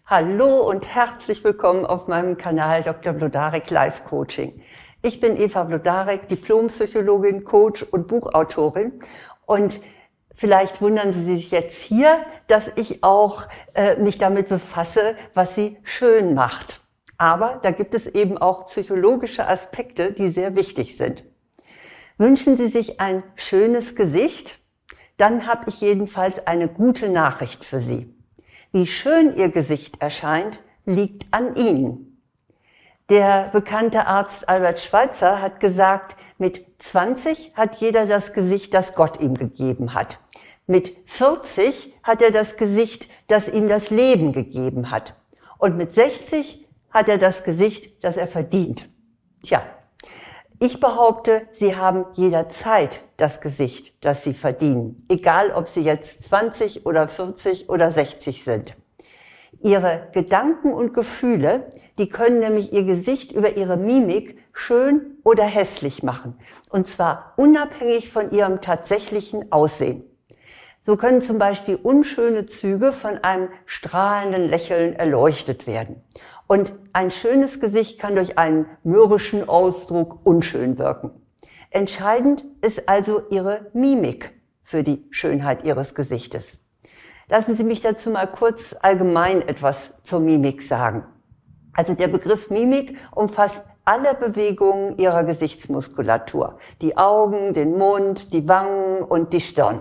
Hallo und herzlich willkommen auf meinem Kanal Dr. Wlodarek Life Coaching. Ich bin Eva Wlodarek, Diplompsychologin, Coach und Buchautorin. Und vielleicht wundern Sie sich jetzt hier, dass ich auch mich damit befasse, was Sie schön macht. Aber da gibt es eben auch psychologische Aspekte, die sehr wichtig sind. Wünschen Sie sich ein schönes Gesicht? Dann habe ich jedenfalls eine gute Nachricht für Sie. Wie schön Ihr Gesicht erscheint, liegt an Ihnen. Der bekannte Arzt Albert Schweitzer hat gesagt, mit 20 hat jeder das Gesicht, das Gott ihm gegeben hat. Mit 40 hat er das Gesicht, das ihm das Leben gegeben hat. Und mit 60 hat er das Gesicht, das er verdient. Tja, ich behaupte, Sie haben jederzeit das Gesicht, das Sie verdienen, egal ob Sie jetzt 20 oder 40 oder 60 sind. Ihre Gedanken und Gefühle, die können nämlich Ihr Gesicht über Ihre Mimik schön oder hässlich machen, und zwar unabhängig von Ihrem tatsächlichen Aussehen. So können zum Beispiel unschöne Züge von einem strahlenden Lächeln erleuchtet werden. Und ein schönes Gesicht kann durch einen mürrischen Ausdruck unschön wirken. Entscheidend ist also Ihre Mimik für die Schönheit Ihres Gesichtes. Lassen Sie mich dazu mal kurz allgemein etwas zur Mimik sagen. Also der Begriff Mimik umfasst alle Bewegungen Ihrer Gesichtsmuskulatur. Die Augen, den Mund, die Wangen und die Stirn.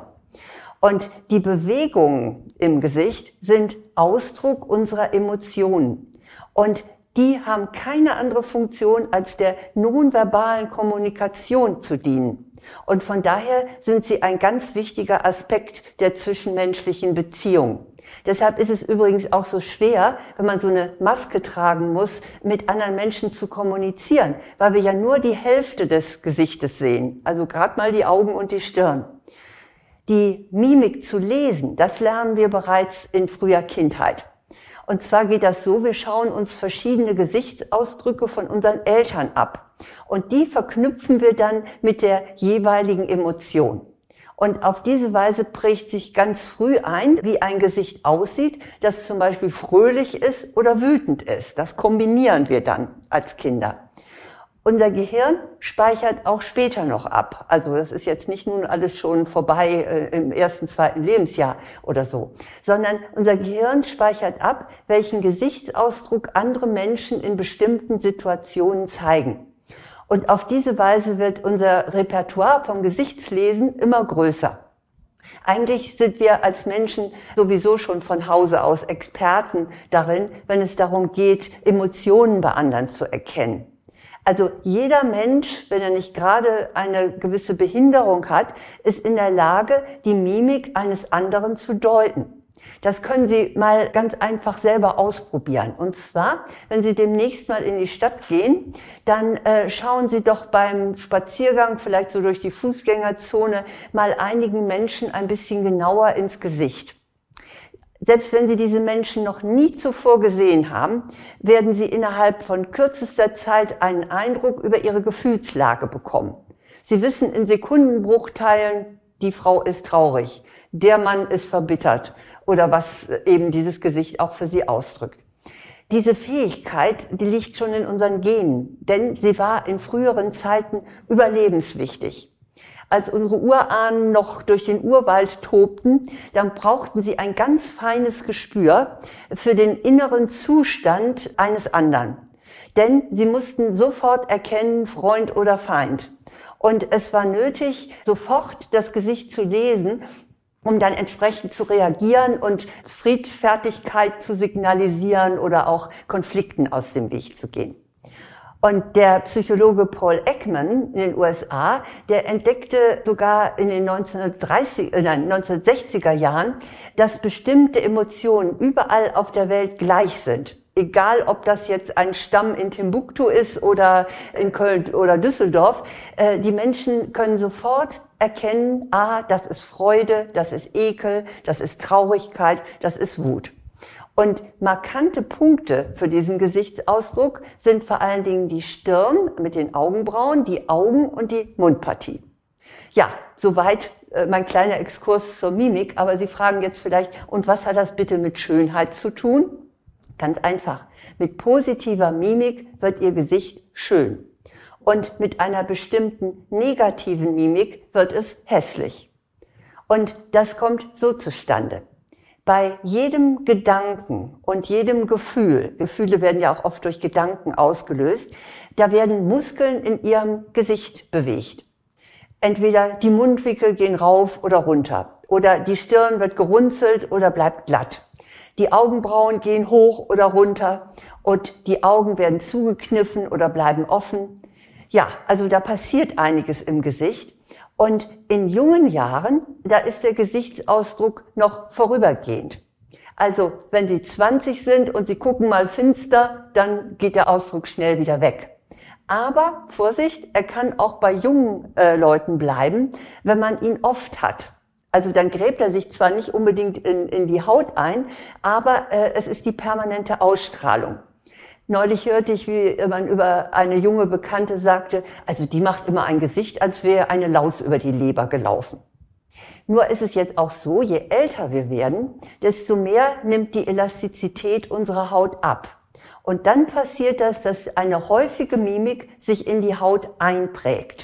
Und die Bewegungen im Gesicht sind Ausdruck unserer Emotionen. Und die haben keine andere Funktion, als der nonverbalen Kommunikation zu dienen. Und von daher sind sie ein ganz wichtiger Aspekt der zwischenmenschlichen Beziehung. Deshalb ist es übrigens auch so schwer, wenn man so eine Maske tragen muss, mit anderen Menschen zu kommunizieren, weil wir ja nur die Hälfte des Gesichtes sehen, also gerade mal die Augen und die Stirn. Die Mimik zu lesen, das lernen wir bereits in früher Kindheit. Und zwar geht das so, wir schauen uns verschiedene Gesichtsausdrücke von unseren Eltern ab. Und die verknüpfen wir dann mit der jeweiligen Emotion. Und auf diese Weise prägt sich ganz früh ein, wie ein Gesicht aussieht, das zum Beispiel fröhlich ist oder wütend ist. Das kombinieren wir dann als Kinder. Unser Gehirn speichert auch später noch ab. Also das ist jetzt nicht nun alles schon vorbei im ersten, zweiten Lebensjahr oder so, sondern unser Gehirn speichert ab, welchen Gesichtsausdruck andere Menschen in bestimmten Situationen zeigen. Und auf diese Weise wird unser Repertoire vom Gesichtslesen immer größer. Eigentlich sind wir als Menschen sowieso schon von Hause aus Experten darin, wenn es darum geht, Emotionen bei anderen zu erkennen. Also jeder Mensch, wenn er nicht gerade eine gewisse Behinderung hat, ist in der Lage, die Mimik eines anderen zu deuten. Das können Sie mal ganz einfach selber ausprobieren. Und zwar, wenn Sie demnächst mal in die Stadt gehen, dann schauen Sie doch beim Spaziergang, vielleicht so durch die Fußgängerzone, mal einigen Menschen ein bisschen genauer ins Gesicht. Selbst wenn Sie diese Menschen noch nie zuvor gesehen haben, werden Sie innerhalb von kürzester Zeit einen Eindruck über ihre Gefühlslage bekommen. Sie wissen in Sekundenbruchteilen, die Frau ist traurig, der Mann ist verbittert oder was eben dieses Gesicht auch für Sie ausdrückt. Diese Fähigkeit, die liegt schon in unseren Genen, denn sie war in früheren Zeiten überlebenswichtig. Als unsere Urahnen noch durch den Urwald tobten, dann brauchten sie ein ganz feines Gespür für den inneren Zustand eines anderen. Denn sie mussten sofort erkennen, Freund oder Feind. Und es war nötig, sofort das Gesicht zu lesen, um dann entsprechend zu reagieren und Friedfertigkeit zu signalisieren oder auch Konflikten aus dem Weg zu gehen. Und der Psychologe Paul Ekman in den USA, der entdeckte sogar in den 1960er Jahren, dass bestimmte Emotionen überall auf der Welt gleich sind. Egal, ob das jetzt ein Stamm in Timbuktu ist oder in Köln oder Düsseldorf, die Menschen können sofort erkennen, das ist Freude, das ist Ekel, das ist Traurigkeit, das ist Wut. Und markante Punkte für diesen Gesichtsausdruck sind vor allen Dingen die Stirn mit den Augenbrauen, die Augen und die Mundpartie. Ja, soweit mein kleiner Exkurs zur Mimik, aber Sie fragen jetzt vielleicht, und was hat das bitte mit Schönheit zu tun? Ganz einfach. Mit positiver Mimik wird Ihr Gesicht schön. Und mit einer bestimmten negativen Mimik wird es hässlich. Und das kommt so zustande. Bei jedem Gedanken und jedem Gefühl, Gefühle werden ja auch oft durch Gedanken ausgelöst, da werden Muskeln in Ihrem Gesicht bewegt. Entweder die Mundwinkel gehen rauf oder runter, oder die Stirn wird gerunzelt oder bleibt glatt. Die Augenbrauen gehen hoch oder runter und die Augen werden zugekniffen oder bleiben offen. Ja, also da passiert einiges im Gesicht. Und in jungen Jahren, da ist der Gesichtsausdruck noch vorübergehend. Also wenn Sie 20 sind und Sie gucken mal finster, dann geht der Ausdruck schnell wieder weg. Aber Vorsicht, er kann auch bei jungen Leuten bleiben, wenn man ihn oft hat. Also dann gräbt er sich zwar nicht unbedingt in die Haut ein, aber es ist die permanente Ausstrahlung. Neulich hörte ich, wie man über eine junge Bekannte sagte, also die macht immer ein Gesicht, als wäre eine Laus über die Leber gelaufen. Nur ist es jetzt auch so, je älter wir werden, desto mehr nimmt die Elastizität unserer Haut ab. Und dann passiert das, dass eine häufige Mimik sich in die Haut einprägt.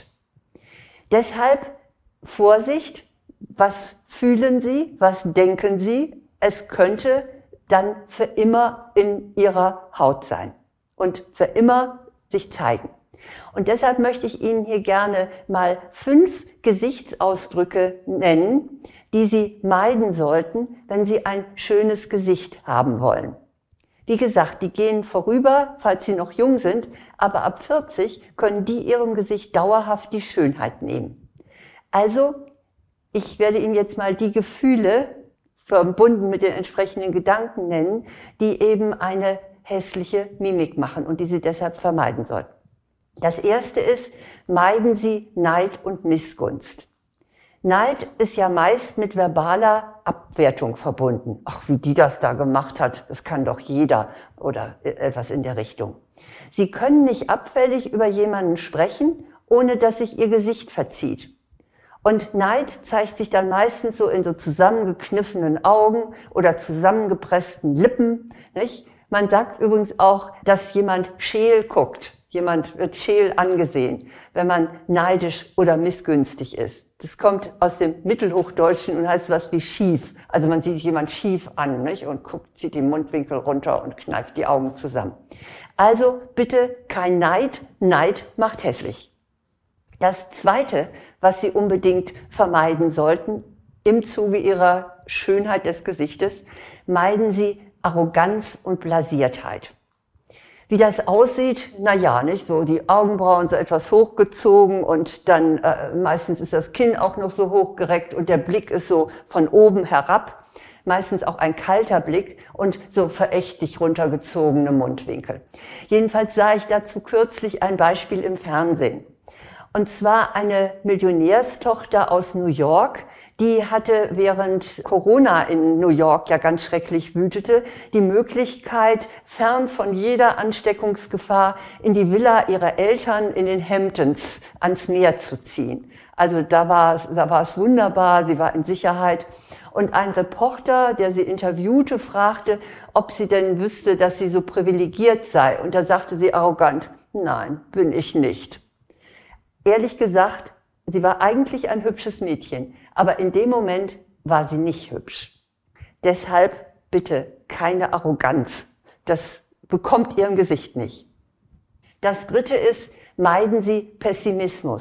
Deshalb Vorsicht, was fühlen Sie, was denken Sie? Es könnte dann für immer in Ihrer Haut sein und für immer sich zeigen. Und deshalb möchte ich Ihnen hier gerne mal 5 Gesichtsausdrücke nennen, die Sie meiden sollten, wenn Sie ein schönes Gesicht haben wollen. Wie gesagt, die gehen vorüber, falls Sie noch jung sind, aber ab 40 können die Ihrem Gesicht dauerhaft die Schönheit nehmen. Also, ich werde Ihnen jetzt mal die Gefühle verbunden mit den entsprechenden Gedanken nennen, die eben eine hässliche Mimik machen und die Sie deshalb vermeiden sollten. Das erste ist, meiden Sie Neid und Missgunst. Neid ist ja meist mit verbaler Abwertung verbunden. Ach, wie die das da gemacht hat, das kann doch jeder oder etwas in der Richtung. Sie können nicht abfällig über jemanden sprechen, ohne dass sich Ihr Gesicht verzieht. Und Neid zeigt sich dann meistens so in so zusammengekniffenen Augen oder zusammengepressten Lippen, nicht? Man sagt übrigens auch, dass jemand scheel guckt. Jemand wird scheel angesehen, wenn man neidisch oder missgünstig ist. Das kommt aus dem Mittelhochdeutschen und heißt was wie schief. Also man sieht sich jemand schief an, nicht? Und guckt, zieht die Mundwinkel runter und kneift die Augen zusammen. Also bitte kein Neid. Neid macht hässlich. Das Zweite, was Sie unbedingt vermeiden sollten im Zuge Ihrer Schönheit des Gesichtes, meiden Sie Arroganz und Blasiertheit. Wie das aussieht, na ja, nicht so die Augenbrauen so etwas hochgezogen und dann meistens ist das Kinn auch noch so hochgereckt und der Blick ist so von oben herab, meistens auch ein kalter Blick und so verächtlich runtergezogene Mundwinkel. Jedenfalls sah ich dazu kürzlich ein Beispiel im Fernsehen. Und zwar eine Millionärstochter aus New York, die hatte während Corona in New York ja ganz schrecklich wütete, die Möglichkeit, fern von jeder Ansteckungsgefahr in die Villa ihrer Eltern in den Hamptons ans Meer zu ziehen. Also da war es wunderbar, sie war in Sicherheit. Und ein Reporter, der sie interviewte, fragte, ob sie denn wüsste, dass sie so privilegiert sei. Und da sagte sie arrogant, nein, bin ich nicht. Ehrlich gesagt, sie war eigentlich ein hübsches Mädchen, aber in dem Moment war sie nicht hübsch. Deshalb bitte keine Arroganz. Das bekommt Ihrem Gesicht nicht. Das Dritte ist, meiden Sie Pessimismus.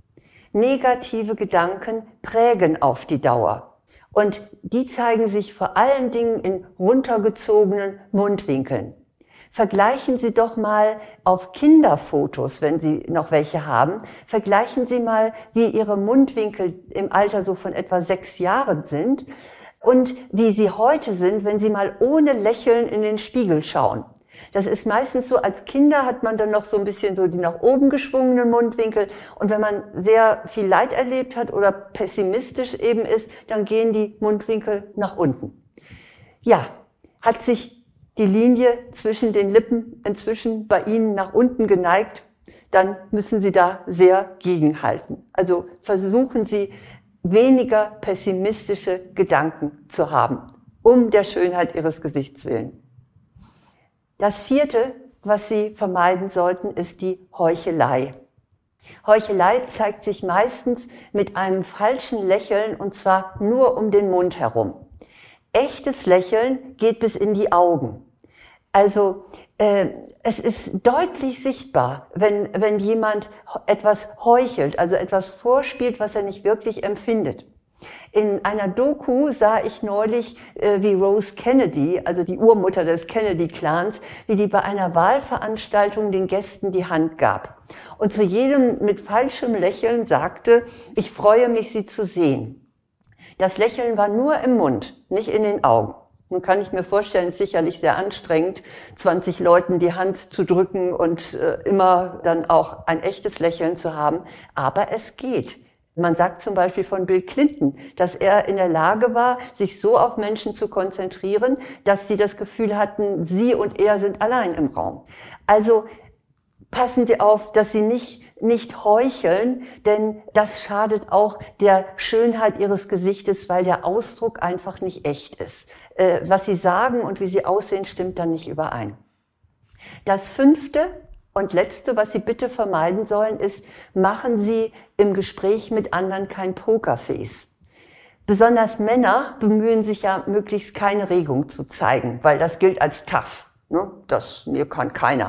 Negative Gedanken prägen auf die Dauer. Und die zeigen sich vor allen Dingen in runtergezogenen Mundwinkeln. Vergleichen Sie doch mal auf Kinderfotos, wenn Sie noch welche haben, vergleichen Sie mal, wie Ihre Mundwinkel im Alter so von etwa 6 Jahren sind und wie sie heute sind, wenn Sie mal ohne Lächeln in den Spiegel schauen. Das ist meistens so, als Kinder hat man dann noch so ein bisschen so die nach oben geschwungenen Mundwinkel und wenn man sehr viel Leid erlebt hat oder pessimistisch eben ist, dann gehen die Mundwinkel nach unten. Ja, hat sich die Linie zwischen den Lippen inzwischen bei Ihnen nach unten geneigt, dann müssen Sie da sehr gegenhalten. Also versuchen Sie, weniger pessimistische Gedanken zu haben, um der Schönheit Ihres Gesichts willen. Das vierte, was Sie vermeiden sollten, ist die Heuchelei. Heuchelei zeigt sich meistens mit einem falschen Lächeln und zwar nur um den Mund herum. Echtes Lächeln geht bis in die Augen. Also es ist deutlich sichtbar, wenn jemand etwas heuchelt, also etwas vorspielt, was er nicht wirklich empfindet. In einer Doku sah ich neulich, wie Rose Kennedy, also die Urmutter des Kennedy-Clans, wie die bei einer Wahlveranstaltung den Gästen die Hand gab. Und zu jedem mit falschem Lächeln sagte, ich freue mich, Sie zu sehen. Das Lächeln war nur im Mund, nicht in den Augen. Nun kann ich mir vorstellen, es ist sicherlich sehr anstrengend, 20 Leuten die Hand zu drücken und immer dann auch ein echtes Lächeln zu haben. Aber es geht. Man sagt zum Beispiel von Bill Clinton, dass er in der Lage war, sich so auf Menschen zu konzentrieren, dass sie das Gefühl hatten, sie und er sind allein im Raum. Also passen Sie auf, dass Sie nicht heucheln, denn das schadet auch der Schönheit Ihres Gesichtes, weil der Ausdruck einfach nicht echt ist. Was Sie sagen und wie Sie aussehen, stimmt dann nicht überein. Das fünfte und letzte, was Sie bitte vermeiden sollen, ist, machen Sie im Gespräch mit anderen kein Pokerface. Besonders Männer bemühen sich ja, möglichst keine Regung zu zeigen, weil das gilt als tough. Ne? Das mir kann keiner.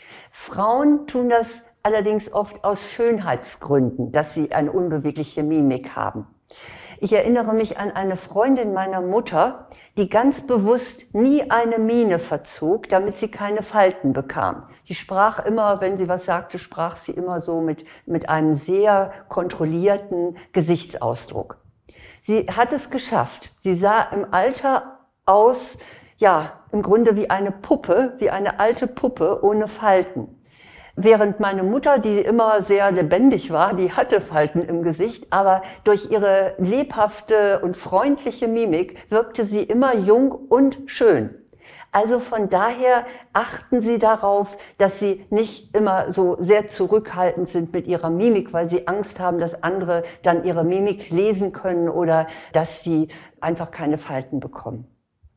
Frauen tun das allerdings oft aus Schönheitsgründen, dass sie eine unbewegliche Mimik haben. Ich erinnere mich an eine Freundin meiner Mutter, die ganz bewusst nie eine Miene verzog, damit sie keine Falten bekam. Die sprach immer, wenn sie was sagte, sprach sie immer so mit einem sehr kontrollierten Gesichtsausdruck. Sie hat es geschafft. Sie sah im Alter aus, ja, im Grunde wie eine Puppe, wie eine alte Puppe ohne Falten. Während meine Mutter, die immer sehr lebendig war, die hatte Falten im Gesicht, aber durch ihre lebhafte und freundliche Mimik wirkte sie immer jung und schön. Also von daher achten Sie darauf, dass Sie nicht immer so sehr zurückhaltend sind mit Ihrer Mimik, weil Sie Angst haben, dass andere dann Ihre Mimik lesen können oder dass Sie einfach keine Falten bekommen.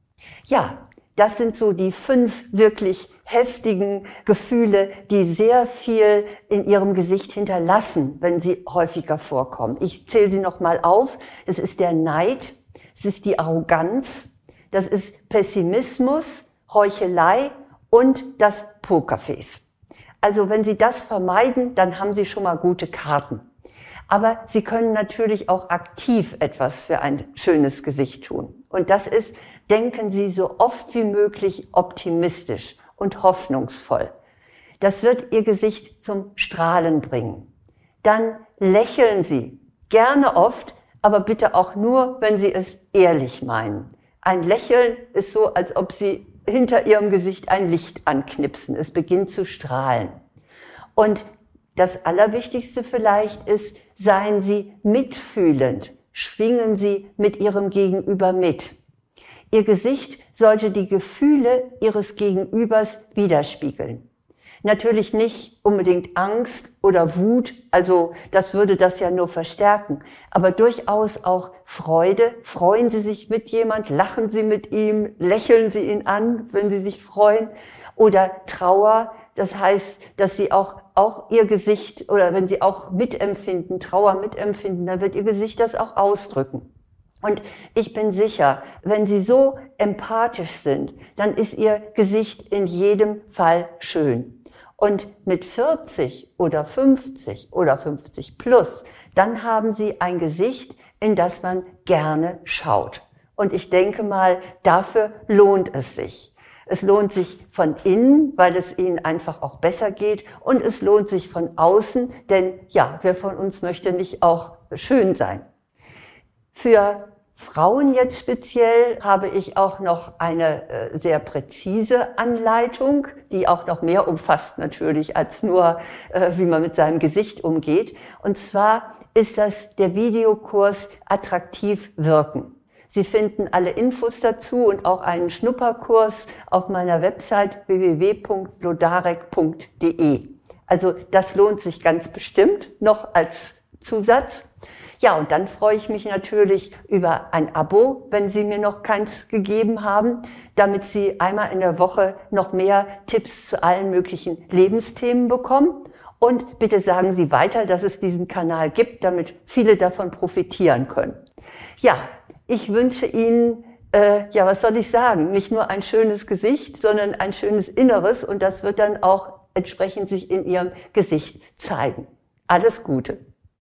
Ja, das sind so die 5 wirklich heftigen Gefühle, die sehr viel in Ihrem Gesicht hinterlassen, wenn sie häufiger vorkommen. Ich zähle sie nochmal auf. Es ist der Neid, es ist die Arroganz, das ist Pessimismus, Heuchelei und das Pokerface. Also wenn Sie das vermeiden, dann haben Sie schon mal gute Karten. Aber Sie können natürlich auch aktiv etwas für ein schönes Gesicht tun. Und das ist, denken Sie so oft wie möglich optimistisch und hoffnungsvoll. Das wird Ihr Gesicht zum Strahlen bringen. Dann lächeln Sie, gerne oft, aber bitte auch nur, wenn Sie es ehrlich meinen. Ein Lächeln ist so, als ob Sie hinter Ihrem Gesicht ein Licht anknipsen. Es beginnt zu strahlen. Und das Allerwichtigste vielleicht ist, seien Sie mitfühlend, schwingen Sie mit Ihrem Gegenüber mit. Ihr Gesicht sollte die Gefühle Ihres Gegenübers widerspiegeln. Natürlich nicht unbedingt Angst oder Wut, also das würde das ja nur verstärken, aber durchaus auch Freude. Freuen Sie sich mit jemand, lachen Sie mit ihm, lächeln Sie ihn an, wenn Sie sich freuen. Oder Trauer, das heißt, dass Sie auch Ihr Gesicht, oder wenn Sie auch mitempfinden, Trauer mitempfinden, dann wird Ihr Gesicht das auch ausdrücken. Und ich bin sicher, wenn Sie so empathisch sind, dann ist Ihr Gesicht in jedem Fall schön. Und mit 40 oder 50 oder 50 plus, dann haben Sie ein Gesicht, in das man gerne schaut. Und ich denke mal, dafür lohnt es sich. Es lohnt sich von innen, weil es Ihnen einfach auch besser geht. Und es lohnt sich von außen, denn ja, wer von uns möchte nicht auch schön sein? Für Frauen jetzt speziell habe ich auch noch eine sehr präzise Anleitung, die auch noch mehr umfasst natürlich als nur, wie man mit seinem Gesicht umgeht. Und zwar ist das der Videokurs Attraktiv wirken. Sie finden alle Infos dazu und auch einen Schnupperkurs auf meiner Website www.blodarek.de. Also das lohnt sich ganz bestimmt noch als Zusatz. Ja, und dann freue ich mich natürlich über ein Abo, wenn Sie mir noch keins gegeben haben, damit Sie einmal in der Woche noch mehr Tipps zu allen möglichen Lebensthemen bekommen. Und bitte sagen Sie weiter, dass es diesen Kanal gibt, damit viele davon profitieren können. Ja, ich wünsche Ihnen, ja, was soll ich sagen, nicht nur ein schönes Gesicht, sondern ein schönes Inneres, und das wird dann auch entsprechend sich in Ihrem Gesicht zeigen. Alles Gute.